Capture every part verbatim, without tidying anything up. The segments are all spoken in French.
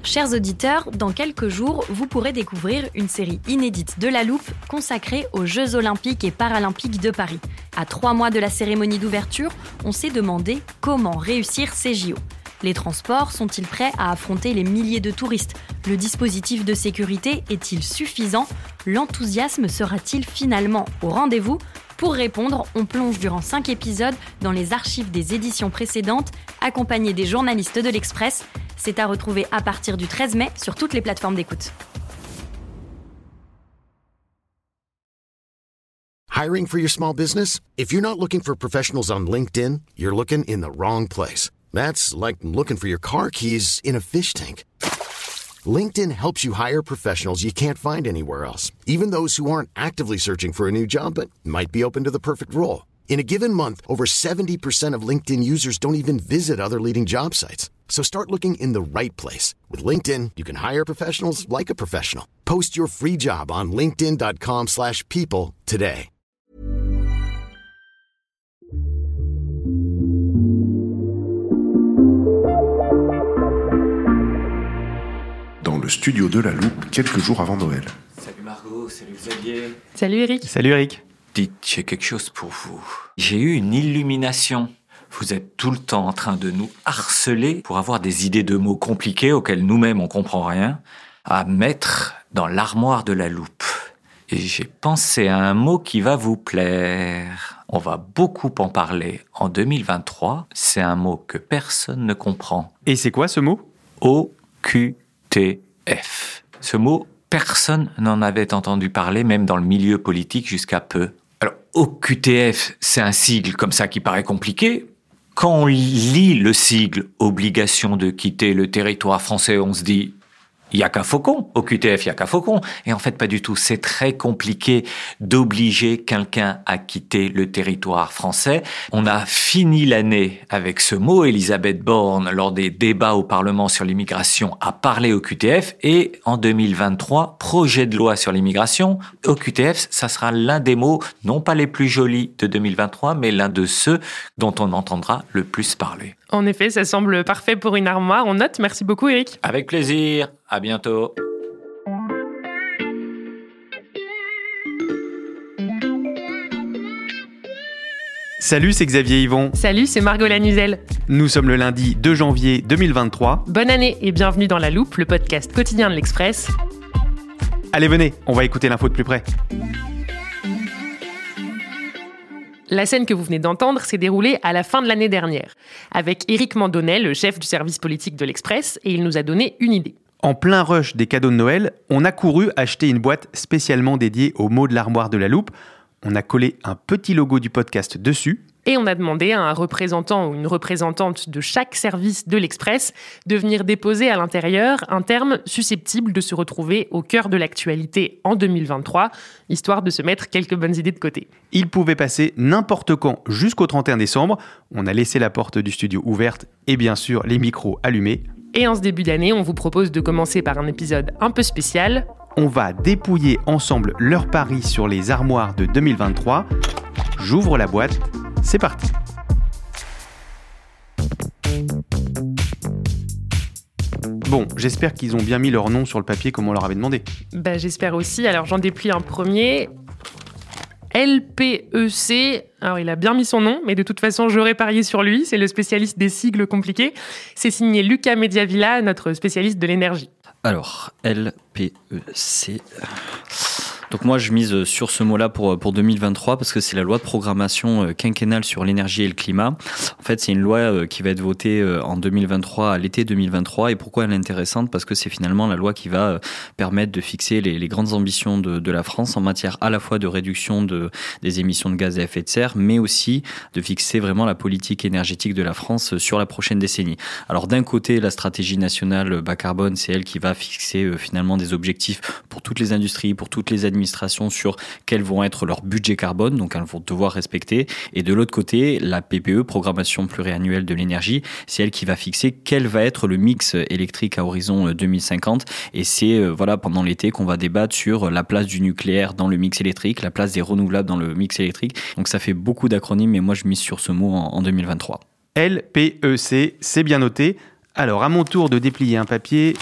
Chers auditeurs, dans quelques jours, vous pourrez découvrir une série inédite de La Loupe consacrée aux Jeux Olympiques et Paralympiques de Paris. À trois mois de la cérémonie d'ouverture, on s'est demandé comment réussir ces J O. Les transports sont-ils prêts à affronter les milliers de touristes ? Le dispositif de sécurité est-il suffisant ? L'enthousiasme sera-t-il finalement au rendez-vous ? Pour répondre, on plonge durant cinq épisodes dans les archives des éditions précédentes, accompagnés des journalistes de l'Express. C'est à retrouver à partir du treize mai sur toutes les plateformes d'écoute. Hiring for your small business? If you're not looking for professionals on LinkedIn, you're looking in the wrong place. That's like looking for your car keys in a fish tank. LinkedIn helps you hire professionals you can't find anywhere else, even those who aren't actively searching for a new job but might be open to the perfect role. In a given month, over seventy percent of LinkedIn users don't even visit other leading job sites. So start looking in the right place. With LinkedIn, you can hire professionals like a professional. Post your free job on linkedin.com slash people today. Dans le studio de La Loupe, quelques jours avant Noël. Salut Margot, salut Xavier. Salut Eric. Salut Eric. Dites, j'ai quelque chose pour vous. J'ai eu une illumination. Vous êtes tout le temps en train de nous harceler pour avoir des idées de mots compliqués auxquels nous-mêmes on comprend rien, à mettre dans l'armoire de La Loupe. Et j'ai pensé à un mot qui va vous plaire. On va beaucoup en parler en deux mille vingt-trois. C'est un mot que personne ne comprend. Et c'est quoi ce mot ? O Q T F. Ce mot, personne n'en avait entendu parler, même dans le milieu politique jusqu'à peu. Alors, O Q T F, c'est un sigle comme ça qui paraît compliqué. Quand on lit le sigle « Obligation de quitter le territoire français », on se dit « il n'y a qu'un faucon, au Q T F, il n'y a qu'un faucon ». Et en fait, pas du tout. C'est très compliqué d'obliger quelqu'un à quitter le territoire français. On a fini l'année avec ce mot. Elisabeth Borne, lors des débats au Parlement sur l'immigration, a parlé au Q T F. Et en deux mille vingt-trois, projet de loi sur l'immigration, au Q T F, ça sera l'un des mots, non pas les plus jolis de deux mille vingt-trois, mais l'un de ceux dont on entendra le plus parler. En effet, ça semble parfait pour une armoire. On note. Merci beaucoup, Eric. Avec plaisir. À bientôt. Salut, c'est Xavier Yvon. Salut, c'est Margot Lanuzel. Nous sommes le lundi deux janvier deux mille vingt-trois. Bonne année et bienvenue dans La Loupe, le podcast quotidien de l'Express. Allez, venez, on va écouter l'info de plus près. La scène que vous venez d'entendre s'est déroulée à la fin de l'année dernière, avec Éric Mandonnet, le chef du service politique de l'Express, et il nous a donné une idée. En plein rush des cadeaux de Noël, on a couru acheter une boîte spécialement dédiée au mot de l'armoire de La Loupe. On a collé un petit logo du podcast dessus. Et on a demandé à un représentant ou une représentante de chaque service de l'Express de venir déposer à l'intérieur un terme susceptible de se retrouver au cœur de l'actualité en deux mille vingt-trois, histoire de se mettre quelques bonnes idées de côté. Il pouvait passer n'importe quand jusqu'au trente et un décembre. On a laissé la porte du studio ouverte et bien sûr les micros allumés. Et en ce début d'année, on vous propose de commencer par un épisode un peu spécial. On va dépouiller ensemble leur pari sur les armoires de deux mille vingt-trois. J'ouvre la boîte. C'est parti. Bon, j'espère qu'ils ont bien mis leur nom sur le papier comme on leur avait demandé. Bah, j'espère aussi. Alors, j'en déplie un premier. L P E C. Alors, il a bien mis son nom, mais de toute façon, j'aurais parié sur lui. C'est le spécialiste des sigles compliqués. C'est signé Lucas Mediavilla, notre spécialiste de l'énergie. Alors, L P E C... Donc moi, je mise sur ce mot-là pour, pour deux mille vingt-trois parce que c'est la loi de programmation quinquennale sur l'énergie et le climat. En fait, c'est une loi qui va être votée en deux mille vingt-trois, à l'été deux mille vingt-trois. Et pourquoi elle est intéressante ? Parce que c'est finalement la loi qui va permettre de fixer les, les grandes ambitions de, de la France en matière à la fois de réduction de, des émissions de gaz à effet de serre, mais aussi de fixer vraiment la politique énergétique de la France sur la prochaine décennie. Alors d'un côté, la stratégie nationale bas carbone, c'est elle qui va fixer finalement des objectifs pour toutes les industries, pour toutes les administrations, sur quels vont être leurs budgets carbone, donc elles vont devoir respecter. Et de l'autre côté, la P P E, programmation pluriannuelle de l'énergie, c'est elle qui va fixer quel va être le mix électrique à horizon deux mille cinquante. Et c'est voilà pendant l'été qu'on va débattre sur la place du nucléaire dans le mix électrique, la place des renouvelables dans le mix électrique. Donc ça fait beaucoup d'acronymes, mais moi je mise sur ce mot en, en deux mille vingt-trois. L P E C, c'est bien noté. Alors à mon tour de déplier un papier.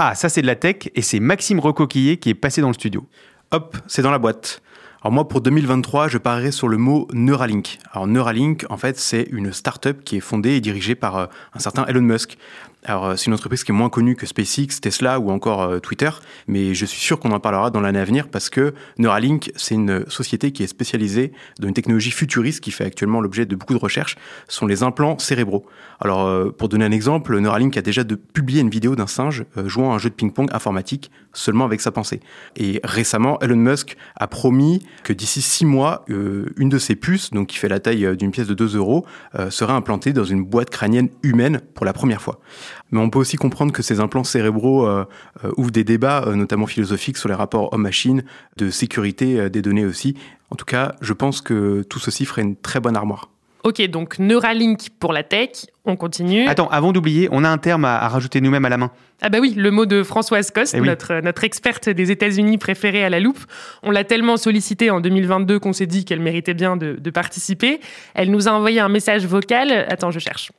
Ah, ça c'est de la tech et c'est Maxime Recoquillé qui est passé dans le studio. Hop, c'est dans la boîte. Alors moi, pour deux mille vingt-trois, je parierais sur le mot Neuralink. Alors Neuralink, en fait, c'est une start-up qui est fondée et dirigée par euh, un certain Elon Musk. Alors euh, c'est une entreprise qui est moins connue que SpaceX, Tesla ou encore euh, Twitter, mais je suis sûr qu'on en parlera dans l'année à venir parce que Neuralink, c'est une société qui est spécialisée dans une technologie futuriste qui fait actuellement l'objet de beaucoup de recherches, ce sont les implants cérébraux. Alors euh, pour donner un exemple, Neuralink a déjà de publié une vidéo d'un singe euh, jouant à un jeu de ping-pong informatique seulement avec sa pensée. Et récemment, Elon Musk a promis que d'ici six mois, euh, une de ses puces, donc qui fait la taille d'une pièce de deux euros, euh, serait implantée dans une boîte crânienne humaine pour la première fois. Mais on peut aussi comprendre que ces implants cérébraux euh, euh, ouvrent des débats, euh, notamment philosophiques, sur les rapports homme-machine, de sécurité euh, des données aussi. En tout cas, je pense que tout ceci ferait une très bonne armoire. Ok, donc Neuralink pour la tech, on continue. Attends, avant d'oublier, on a un terme à, à rajouter nous-mêmes à la main. Ah bah oui, le mot de Françoise Coste, Eh oui. notre, notre experte des États-Unis préférée à la loupe. On l'a tellement sollicitée en deux mille vingt-deux qu'on s'est dit qu'elle méritait bien de, de participer. Elle nous a envoyé un message vocal. Attends, je cherche.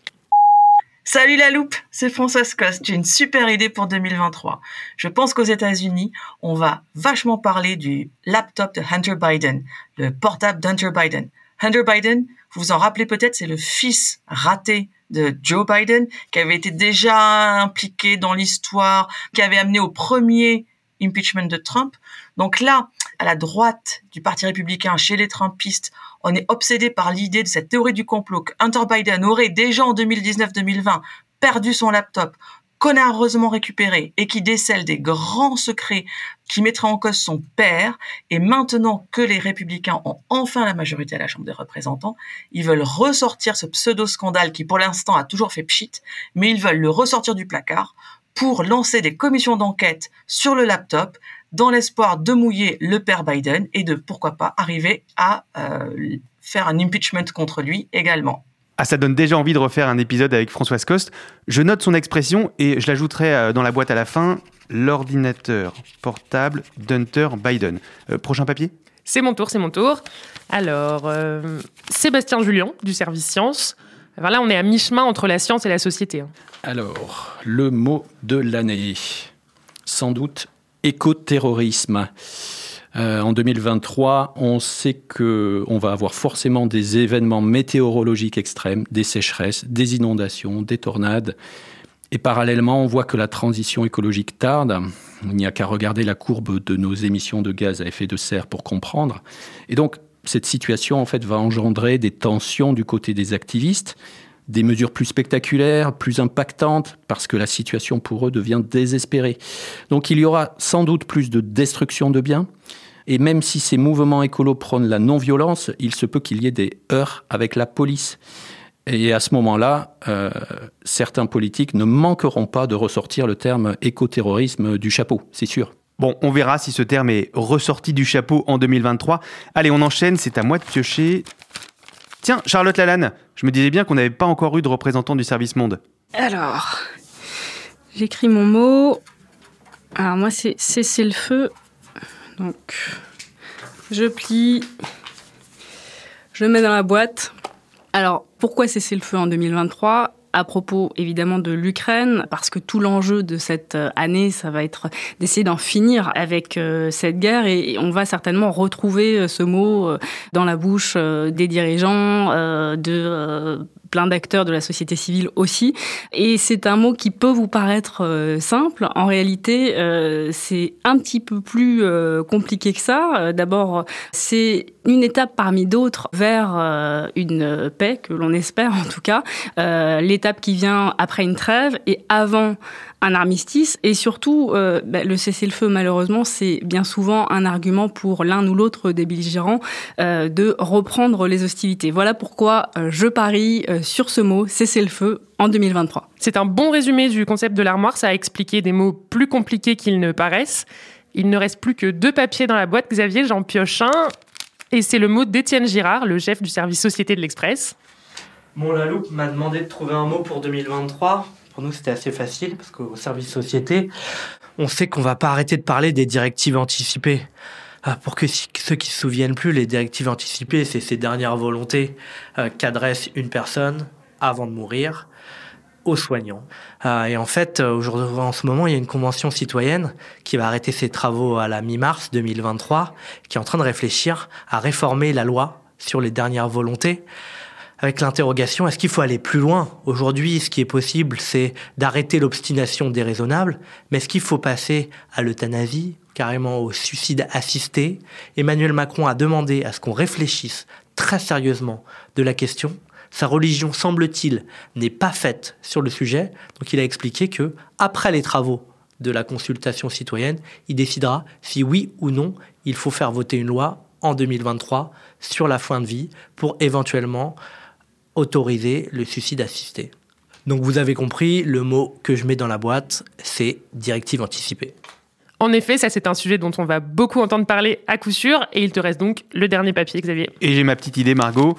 Salut la loupe, c'est Françoise Coste. J'ai une super idée pour deux mille vingt-trois. Je pense qu'aux États-Unis, on va vachement parler du laptop de Hunter Biden, le portable d'Hunter Biden. Hunter Biden, vous vous en rappelez peut-être, c'est le fils raté de Joe Biden, qui avait été déjà impliqué dans l'histoire, qui avait amené au premier impeachment de Trump. Donc là, à la droite du Parti républicain, chez les Trumpistes, on est obsédé par l'idée de cette théorie du complot que Hunter Biden aurait déjà en deux mille dix-neuf deux mille vingt perdu son laptop, qu'on a heureusement récupéré et qui décèle des grands secrets qui mettraient en cause son père. Et maintenant que les républicains ont enfin la majorité à la Chambre des représentants, ils veulent ressortir ce pseudo-scandale qui pour l'instant a toujours fait pchit, mais ils veulent le ressortir du placard pour lancer des commissions d'enquête sur le laptop dans l'espoir de mouiller le père Biden et de, pourquoi pas, arriver à euh, faire un impeachment contre lui également. Ah, ça donne déjà envie de refaire un épisode avec Françoise Coste. Je note son expression et je l'ajouterai dans la boîte à la fin. L'ordinateur portable d'Hunter Biden. Euh, prochain papier ? C'est mon tour, c'est mon tour. Alors, euh, Sébastien Julien, du service Sciences. Alors là, on est à mi-chemin entre la science et la société. Alors, le mot de l'année. Sans doute écoterrorisme. Euh, en deux mille vingt-trois, on sait qu'on va avoir forcément des événements météorologiques extrêmes, des sécheresses, des inondations, des tornades. Et parallèlement, on voit que la transition écologique tarde. Il n'y a qu'à regarder la courbe de nos émissions de gaz à effet de serre pour comprendre. Et donc, cette situation, en fait, va engendrer des tensions du côté des activistes, des mesures plus spectaculaires, plus impactantes, parce que la situation pour eux devient désespérée. Donc il y aura sans doute plus de destruction de biens, et même si ces mouvements écolos prônent la non-violence, il se peut qu'il y ait des heurts avec la police. Et à ce moment-là, euh, certains politiques ne manqueront pas de ressortir le terme écoterrorisme du chapeau, c'est sûr. Bon, on verra si ce terme est ressorti du chapeau en deux mille vingt-trois. Allez, on enchaîne, c'est à moi de piocher. Tiens, Charlotte Lalanne, je me disais bien qu'on n'avait pas encore eu de représentant du service monde. Alors, j'écris mon mot. Alors moi, c'est cessez-le-feu. Donc, je plie, je le mets dans la boîte. Alors, pourquoi cessez-le-feu en deux mille vingt-trois ? À propos, évidemment, de l'Ukraine, parce que tout l'enjeu de cette année, ça va être d'essayer d'en finir avec euh, cette guerre, et on va certainement retrouver ce mot euh, dans la bouche euh, des dirigeants, euh, de euh, plein d'acteurs de la société civile aussi. Et c'est un mot qui peut vous paraître euh, simple. En réalité, euh, c'est un petit peu plus euh, compliqué que ça. Euh, d'abord, c'est une étape parmi d'autres vers euh, une paix, que l'on espère en tout cas. Euh, l'étape qui vient après une trêve et avant un armistice. Et surtout, euh, bah, le cessez-le-feu, malheureusement, c'est bien souvent un argument pour l'un ou l'autre des belligérants euh, de reprendre les hostilités. Voilà pourquoi euh, je parie euh, sur ce mot, cessez-le-feu, en deux mille vingt-trois. C'est un bon résumé du concept de l'armoire. Ça a expliqué des mots plus compliqués qu'ils ne paraissent. Il ne reste plus que deux papiers dans la boîte. Xavier, j'en pioche un. Et c'est le mot d'Étienne Girard, le chef du service Société de l'Express. Bon, la loupe m'a demandé de trouver un mot pour deux mille vingt-trois. Pour nous, c'était assez facile, parce qu'au service Société, on sait qu'on va pas arrêter de parler des directives anticipées. Ah, pour que ceux qui se souviennent plus, les directives anticipées, c'est ces dernières volontés euh, qu'adresse une personne avant de mourir. aux soignants. Euh, et en fait, aujourd'hui, en ce moment, il y a une convention citoyenne qui va arrêter ses travaux à la mi-mars deux mille vingt-trois, qui est en train de réfléchir à réformer la loi sur les dernières volontés, avec l'interrogation, est-ce qu'il faut aller plus loin ? Aujourd'hui, ce qui est possible, c'est d'arrêter l'obstination déraisonnable, mais est-ce qu'il faut passer à l'euthanasie, carrément au suicide assisté ? Emmanuel Macron a demandé à ce qu'on réfléchisse très sérieusement de la question. Sa religion, semble-t-il, n'est pas faite sur le sujet, donc il a expliqué que, après les travaux de la consultation citoyenne, il décidera si oui ou non il faut faire voter une loi en deux mille vingt-trois sur la fin de vie pour éventuellement autoriser le suicide assisté. Donc vous avez compris, le mot que je mets dans la boîte, c'est directive anticipée. En effet, ça c'est un sujet dont on va beaucoup entendre parler à coup sûr, et il te reste donc le dernier papier, Xavier. Et j'ai ma petite idée, Margot.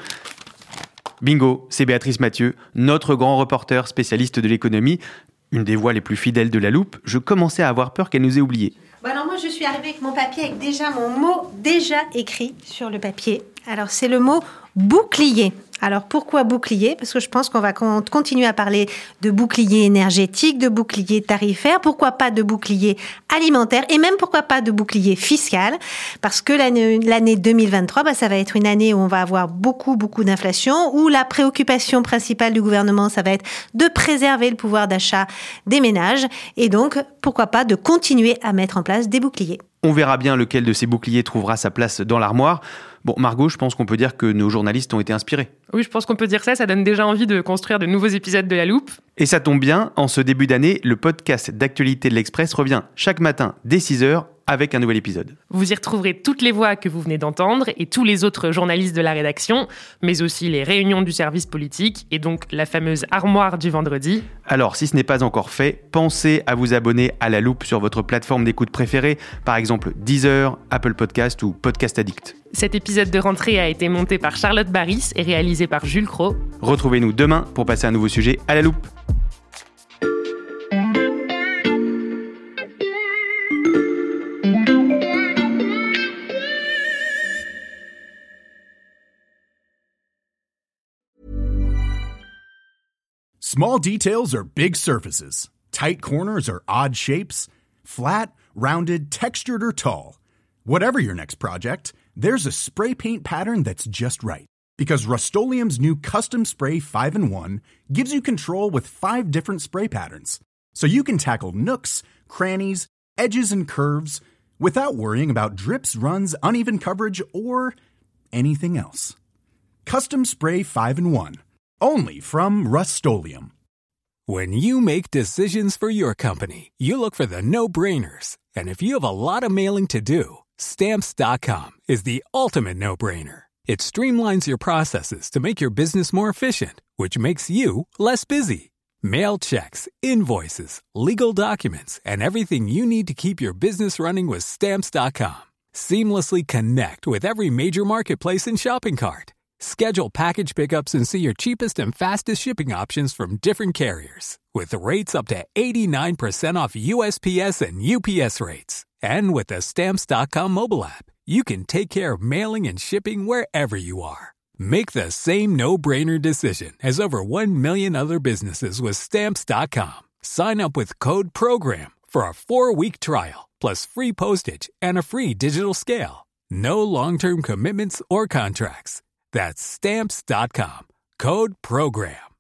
Bingo, c'est Béatrice Mathieu, notre grand reporter spécialiste de l'économie, une des voix les plus fidèles de La Loupe. Je commençais à avoir peur qu'elle nous ait oubliés. Bon alors moi je suis arrivée avec mon papier, avec déjà mon mot déjà écrit sur le papier. Alors c'est le mot bouclier. Alors pourquoi bouclier ? Parce que je pense qu'on va continuer à parler de bouclier énergétique, de bouclier tarifaire, pourquoi pas de bouclier alimentaire et même pourquoi pas de bouclier fiscal, parce que l'année, l'année deux mille vingt-trois, bah, ça va être une année où on va avoir beaucoup beaucoup d'inflation, où la préoccupation principale du gouvernement, ça va être de préserver le pouvoir d'achat des ménages et donc pourquoi pas de continuer à mettre en place des boucliers. On verra bien lequel de ces boucliers trouvera sa place dans l'armoire. Bon, Margot, je pense qu'on peut dire que nos journalistes ont été inspirés. Oui, je pense qu'on peut dire ça, ça donne déjà envie de construire de nouveaux épisodes de La Loupe. Et ça tombe bien, en ce début d'année, le podcast d'actualité de l'Express revient chaque matin dès six heures avec un nouvel épisode. Vous y retrouverez toutes les voix que vous venez d'entendre et tous les autres journalistes de la rédaction, mais aussi les réunions du service politique et donc la fameuse armoire du vendredi. Alors, si ce n'est pas encore fait, pensez à vous abonner à La Loupe sur votre plateforme d'écoute préférée, par exemple Deezer, Apple Podcast ou Podcast Addict. Cet épisode de rentrée a été monté par Charlotte Baris et réalisé par Jules Cros. Retrouvez-nous demain pour passer un nouveau sujet à La Loupe. Small details are big surfaces. Tight corners are odd shapes. Flat, rounded, textured, or tall. Whatever your next project, there's a spray paint pattern that's just right. Because Rust-Oleum's new Custom Spray five in one gives you control with five different spray patterns. So you can tackle nooks, crannies, edges, and curves without worrying about drips, runs, uneven coverage, or anything else. Custom Spray five in one. Only from Rust-Oleum. When you make decisions for your company, you look for the no-brainers. And if you have a lot of mailing to do, Stamps dot com is the ultimate no-brainer. It streamlines your processes to make your business more efficient, which makes you less busy. Mail checks, invoices, legal documents, and everything you need to keep your business running with Stamps dot com. Seamlessly connect with every major marketplace and shopping cart. Schedule package pickups and see your cheapest and fastest shipping options from different carriers. With rates up to eighty-nine percent off U S P S and U P S rates. And with the Stamps dot com mobile app, you can take care of mailing and shipping wherever you are. Make the same no-brainer decision as over one million other businesses with Stamps dot com. Sign up with code PROGRAM for a four-week trial, plus free postage and a free digital scale. No long-term commitments or contracts. That's Stamps dot com. Code PROGRAM.